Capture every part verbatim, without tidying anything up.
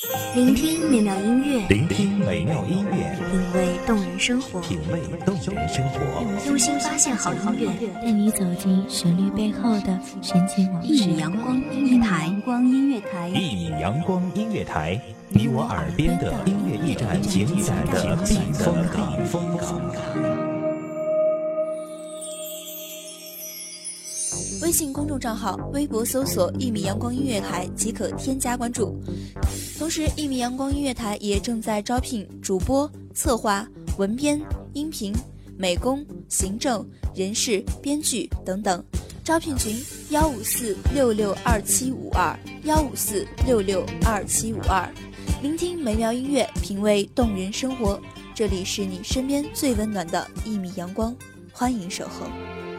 聆听美妙音乐， 聆听美妙音乐， 品味动人生活， 品味动人生活， 用心发现好音乐， 带你走进旋律背后的深情往事。 一米阳光音乐台，光音乐台， 一米阳光音乐台，你我耳边的音乐驿站，情感的避风港，风港。 微信公众账号、微博搜索“一米阳光音乐台”即可添加关注。同时，一米阳光音乐台也正在招聘主播、策划、文编、音频、美工、行政、人事、编剧等等。招聘群：幺五四六六二七五二幺五四六六二七五二。聆听美妙音乐，品味动人生活。这里是你身边最温暖的一米阳光，欢迎守候。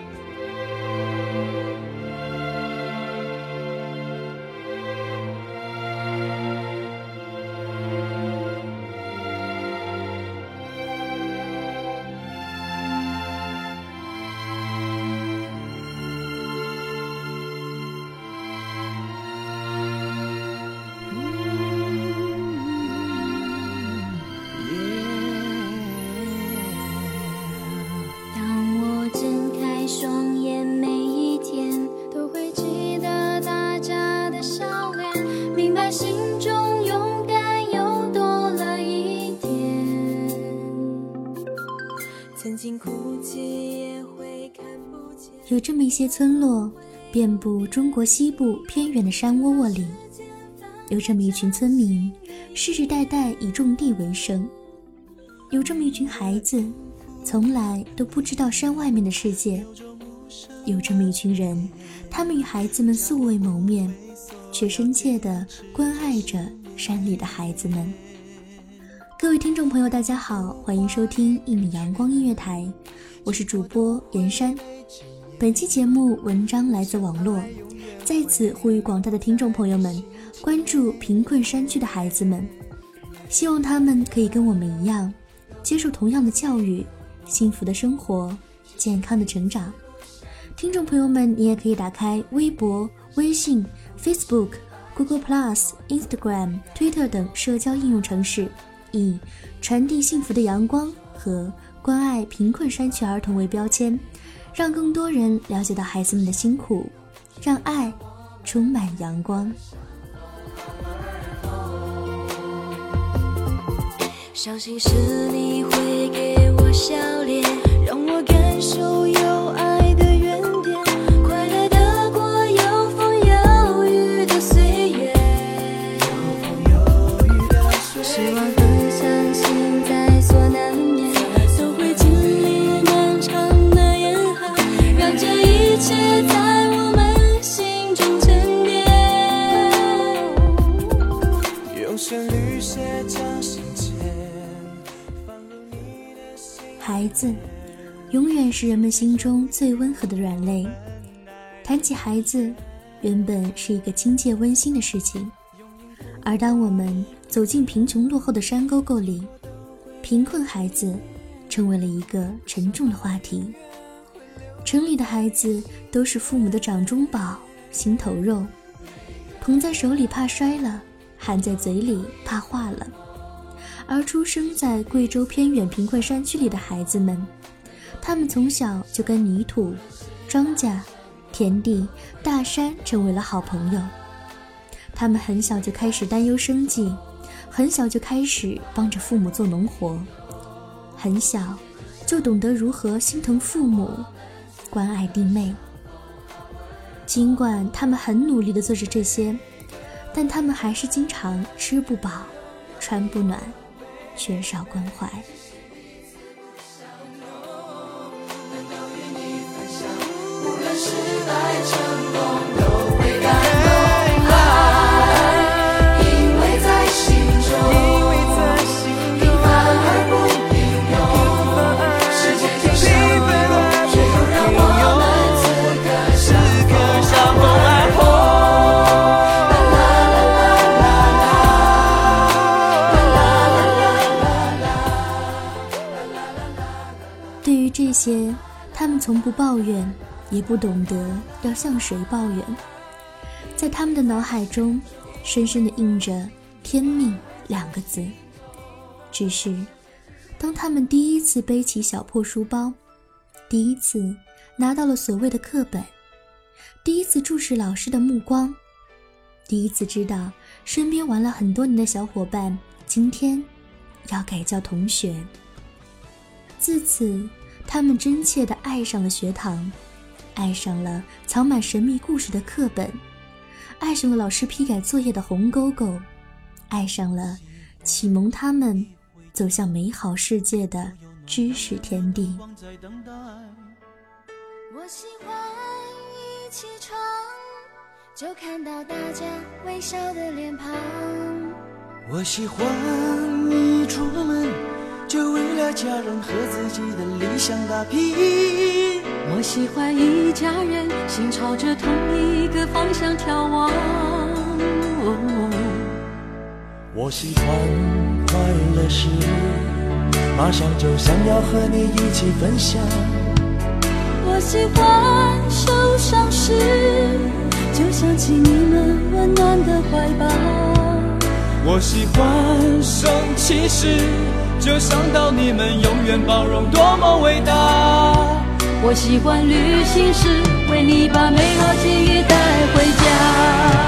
有这么一些村落，遍布中国西部偏远的山窝窝里，有这么一群村民，世世代代以种地为生，有这么一群孩子，从来都不知道山外面的世界，有这么一群人，他们与孩子们素未谋面，却深切地关爱着山里的孩子们。各位听众朋友大家好，欢迎收听一米阳光音乐台，我是主播严山。本期节目文章来自网络，在此呼吁广大的听众朋友们关注贫困山区的孩子们，希望他们可以跟我们一样接受同样的教育，幸福的生活，健康的成长。听众朋友们，你也可以打开微博、微信、Facebook、Google Plus、Instagram、Twitter 等社交应用程式，以传递幸福的阳光和关爱贫困山区儿童为标签，让更多人了解到孩子们的辛苦，让爱充满阳光。 相信是你会给我笑脸，让我感受有爱的原点，快乐的过有风有雨的岁月，希望很相信在所难免都会经历漫长的严寒，让这一切在我们心中沉淀，用旋律写着心间。 孩子永远是人们心中最温和的软肋。谈起孩子，原本是一个亲切温馨的事情，而当我们走进贫穷落后的山沟沟里，贫困孩子成为了一个沉重的话题。城里的孩子都是父母的掌中宝、心头肉，捧在手里怕摔了，含在嘴里怕化了。而出生在贵州偏远贫困山区里的孩子们，他们从小就跟泥土、庄稼、田地、大山成为了好朋友。他们很小就开始担忧生计，很小就开始帮着父母做农活，很小就懂得如何心疼父母，关爱弟妹。尽管他们很努力地做着这些，但他们还是经常吃不饱、穿不暖，缺少关怀。对于这些，他们从不抱怨，也不懂得要向谁抱怨。在他们的脑海中深深地印着天命两个字。只是当他们第一次背起小破书包，第一次拿到了所谓的课本，第一次注视老师的目光，第一次知道身边玩了很多年的小伙伴今天要改叫同学，自此他们真切地爱上了学堂，爱上了藏满神秘故事的课本，爱上了老师批改作业的红勾勾，爱上了启蒙他们走向美好世界的知识天地。 我喜欢一起床就看到大家微笑的脸庞， 我喜欢一出了门就为了家人和自己的理想打拼， 我喜欢一家人心朝着同一个方向眺望， 我喜欢快乐时马上就想要和你一起分享， 我喜欢受伤时就想起你们温暖的怀抱， 我喜欢生气时就想到你们永远包容多么伟大， 我喜欢旅行时为你把美好记忆带回家，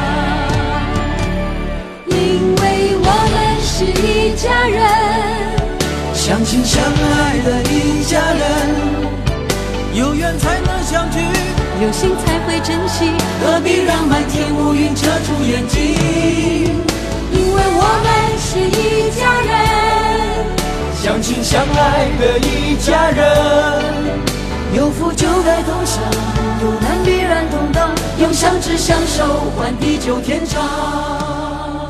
因为我们是一家人， 相亲相爱的一家人，有缘才能相聚， 有心才会珍惜， 何必让满天乌云遮住眼睛， 因为我们是一家人， 相亲相爱的一家人，有福就该同享，有难必然同当，用相知相守换地久天长。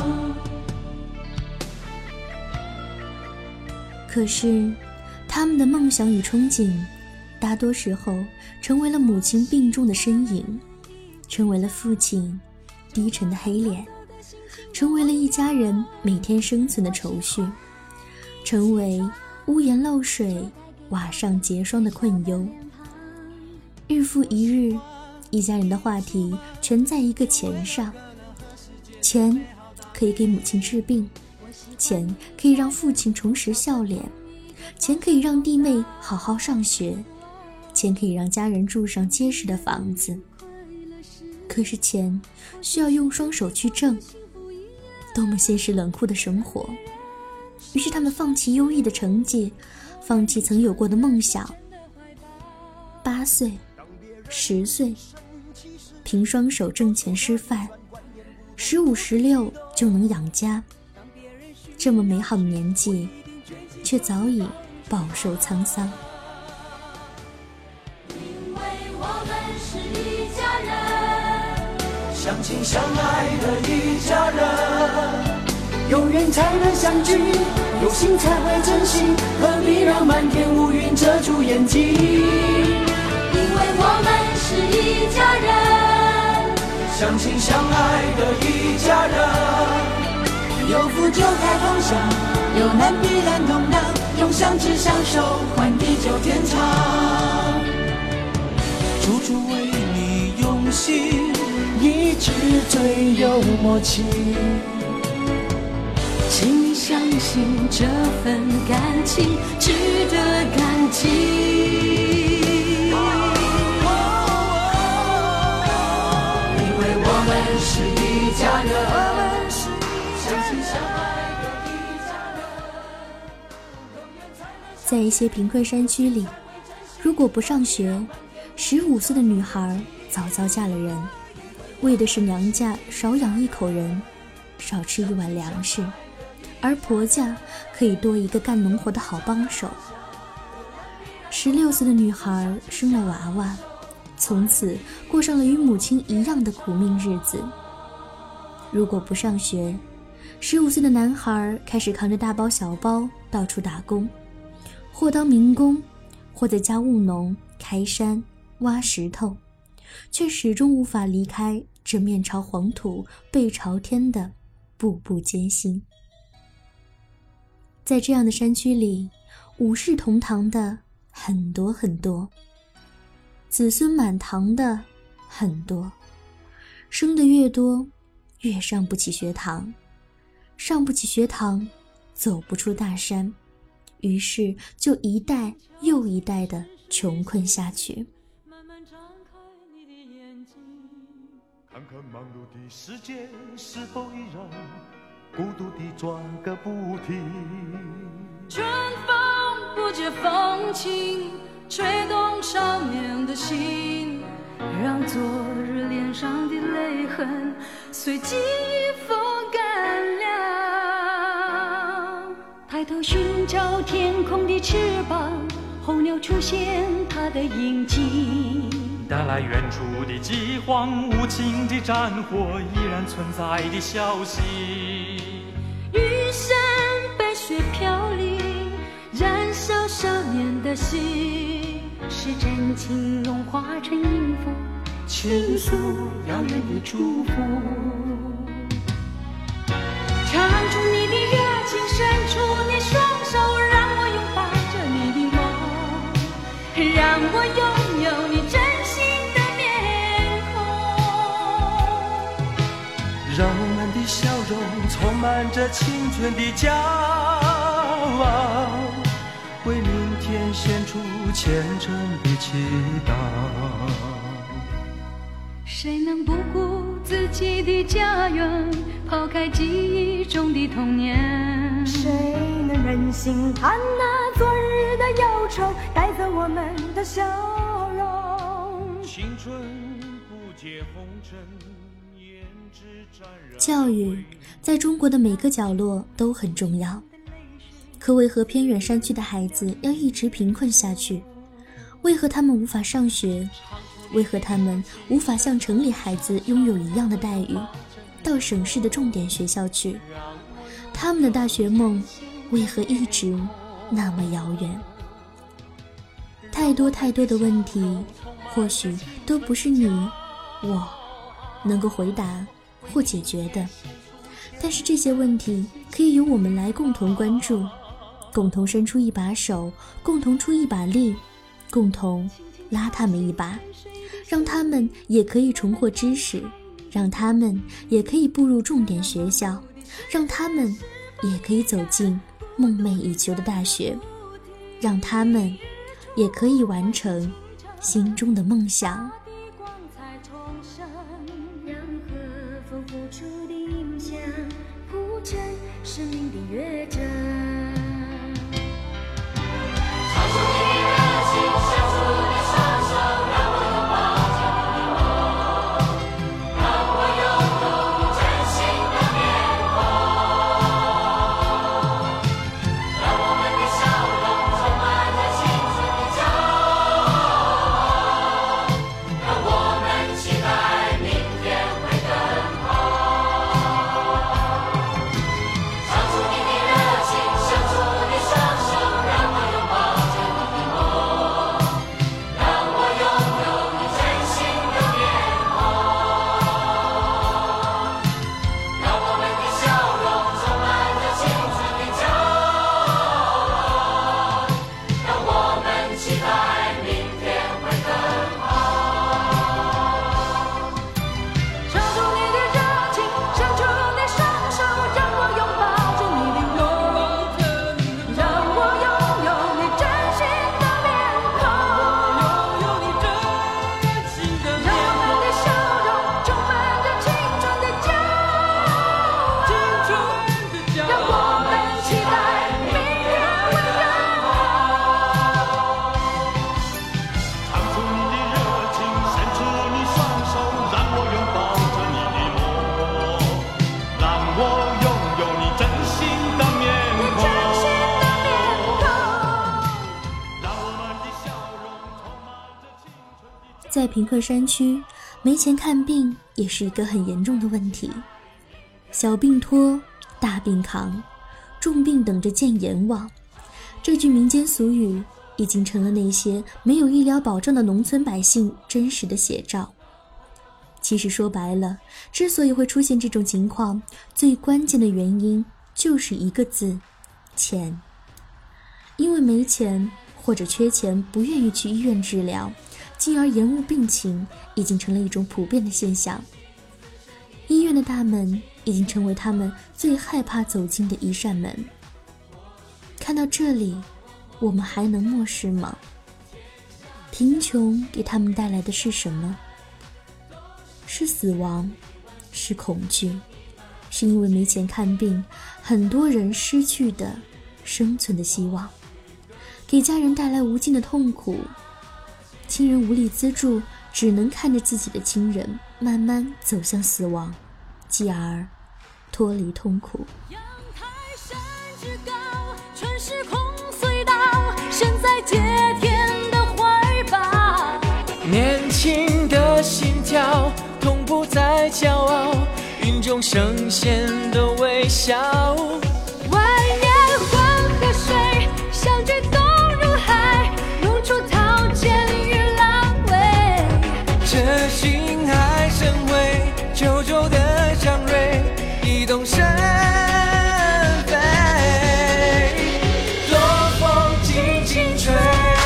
可是他们的梦想与憧憬大多时候成为了母亲病重的身影，成为了父亲低沉的黑脸，成为了一家人每天生存的愁绪，成为屋檐漏水瓦上结霜的困忧。日复一日，一家人的话题全在一个钱上，钱可以给母亲治病，钱可以让父亲重拾笑脸，钱可以让弟妹好好上学，钱可以让家人住上结实的房子。可是钱需要用双手去挣，多么现实冷酷的生活。于是他们放弃优异的成绩，放弃曾有过的梦想。八岁十岁凭双手挣钱吃饭，十五十六就能养家，这么美好的年纪却早已饱受沧桑。 因为我们是一家人， 相亲相爱的一家人，有缘才能相聚，有心才会珍惜，何必让满天乌云遮住眼睛， 因为我们是一家人， 相亲相爱的一家人，有福就该同享，有难必然同当，用相知相守换地久天长，处处为你用心，一直最有默契， 请你相信这份感情值得感激。 因为我们是一家人，相亲相爱的一家人。 在一些贫困山区里，如果不上学，十五岁的女孩早早嫁了人，为的是娘家少养一口人，少吃一碗粮食，而婆家可以多一个干农活的好帮手。十六岁的女孩生了娃娃，从此过上了与母亲一样的苦命日子。如果不上学，十五岁的男孩开始扛着大包小包到处打工，或当民工，或在家务农、开山、挖石头，却始终无法离开这面朝黄土背朝天的步步艰辛。在这样的山区里，五世同堂的很多很多，子孙满堂的很多，生得越多越上不起学堂， 上不起学堂，走不出大山，于是就一代又一代的穷困下去。 慢慢张开你的眼睛，看看忙碌的世界是否依然孤独地转个不停。春风不解风情，吹动少年的心，让昨日脸上的泪痕随季风干了。抬头寻找天空的翅膀，候鸟出现它的影迹，带来远处的饥荒，无情的战火依然存在的消息。玉山白雪飘零，燃烧少年的心，是真情融化成音符，倾诉遥远的祝福。唱出你的热情，伸出你双手，让我拥抱着你的梦，让我拥有你真心的面孔，让我们的笑容充满着青春的骄傲，为明天献出虔诚的祈祷。谁能不顾自己的家园，抛开记忆中的童年？ 谁能忍心看那昨日的忧愁带走我们的笑容？ 青春不解红尘，胭脂沾染。 教育在中国的每个角落都很重要，可为何偏远山区的孩子要一直贫困下去？为何他们无法上学？为何他们无法像城里孩子拥有一样的待遇，到省市的重点学校去？他们的大学梦为何一直那么遥远？太多太多的问题，或许都不是你我能够回答或解决的，但是这些问题可以由我们来共同关注，共同伸出一把手，共同出一把力，共同拉他们一把，让他们也可以重获知识，让他们也可以步入重点学校，让他们也可以走进梦寐以求的大学，让他们也可以完成心中的梦想。 让和风付出的影响铺成生命的乐章。 在贫困山区，没钱看病也是一个很严重的问题。小病拖，大病扛，重病等着见阎王。这句民间俗语已经成了那些没有医疗保障的农村百姓真实的写照。其实说白了，之所以会出现这种情况，最关键的原因就是一个字：钱。因为没钱或者缺钱，不愿意去医院治疗，进而延误病情，已经成了一种普遍的现象。医院的大门已经成为他们最害怕走进的一扇门。看到这里，我们还能漠视吗？贫穷给他们带来的是什么？是死亡，是恐惧，是因为没钱看病，很多人失去的生存的希望，给家人带来无尽的痛苦，亲人无力资助，只能看着自己的亲人慢慢走向死亡，继而脱离痛苦。 阳台山之高，春时空隧道，身在接天的怀抱， 年轻的心跳同步在骄傲，云中升现的微笑， 万年黄河水相聚东入海，露出桃剑与狼尾， 这心海深回，九州的祥瑞移动身飞，东风轻轻吹，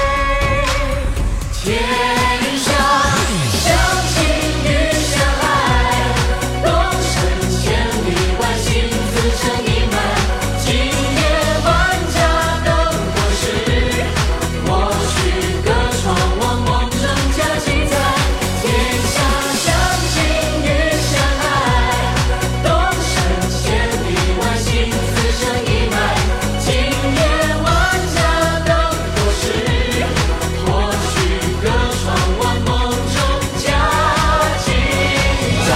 天上相亲与相爱，东升千里，万幸自成一脉，今夜万家灯火时，或许隔窗望梦中佳期在，天下相亲与相爱，东升千里，万幸自成一脉，今夜万家灯火时，或许隔窗望梦中佳期在。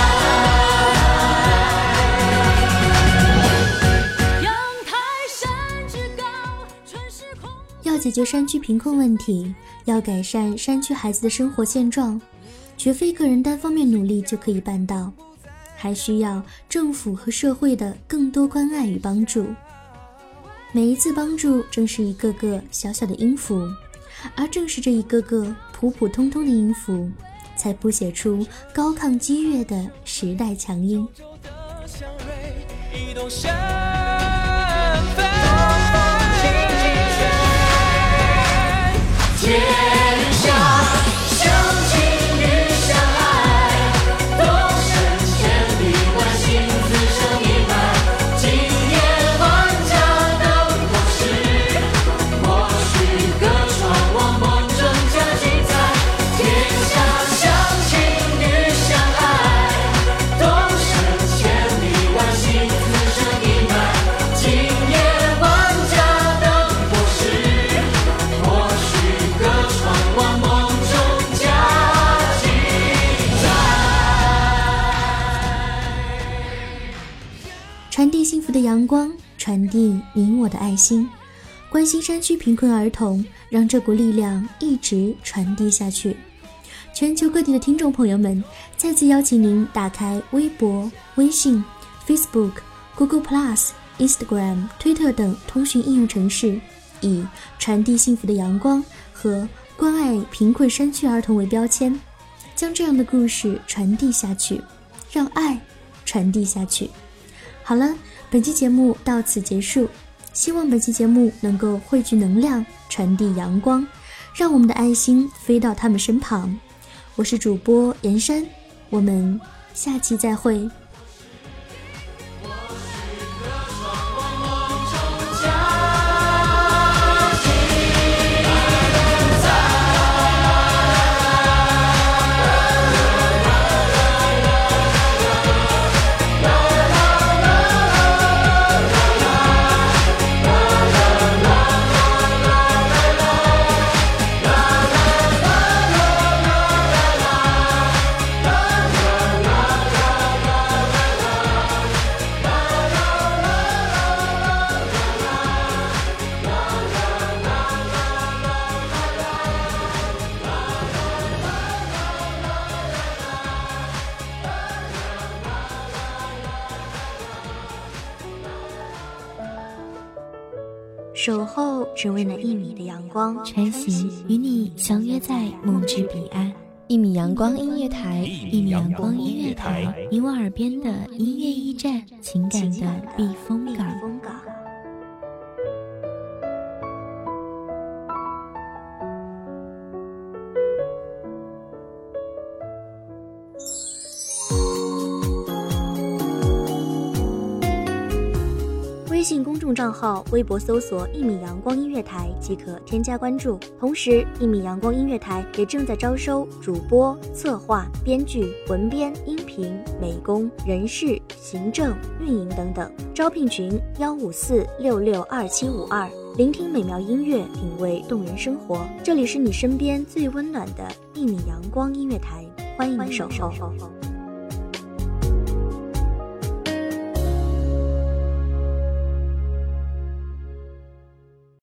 阳台山之高，春时空要解决山区贫困问题，要改善山区孩子的生活现状，绝非个人单方面努力就可以办到，还需要政府和社会的更多关爱与帮助。每一次帮助正是一个个小小的音符，而正是这一个个普普通通的音符，才谱写出高亢激越的时代强音。 祥瑞移动身飞，天下相亲与相爱，东升千里，万幸自成一脉，今夜万家灯火时，或许隔窗望梦中佳期在，天下相亲与相爱，东升千里，万幸自成一脉，今夜万家灯火时，或许隔窗望梦中佳期在。 传递幸福的阳光，传递你我的爱心，关心山区贫困儿童，让这股力量一直传递下去。全球各地的听众朋友们，再次邀请您打开微博、微信、Facebook、Google Plus、Instagram、推特等通讯应用程式，以传递幸福的阳光和关爱贫困山区儿童为标签，将这样的故事传递下去，让爱传递下去。好了，本期节目到此结束，希望本期节目能够汇聚能量，传递阳光，让我们的爱心飞到他们身旁。我是主播严山，我们下期再会。 守候只为那一米的阳光， 晨曦与你相约在梦之彼岸。 一米阳光音乐台， 一米阳光音乐台，你我耳边的音乐驿站，情感的避风港。 微信公众账号、微博搜索一米阳光音乐台即可添加关注。同时，一米阳光音乐台也正在招收主播、策划、编剧、文编、音频、美工、人事、行政、运营等等。招聘群幺五四六六二七五二。聆听美妙音乐，品味动人生活。这里是你身边最温暖的一米阳光音乐台，欢迎守候。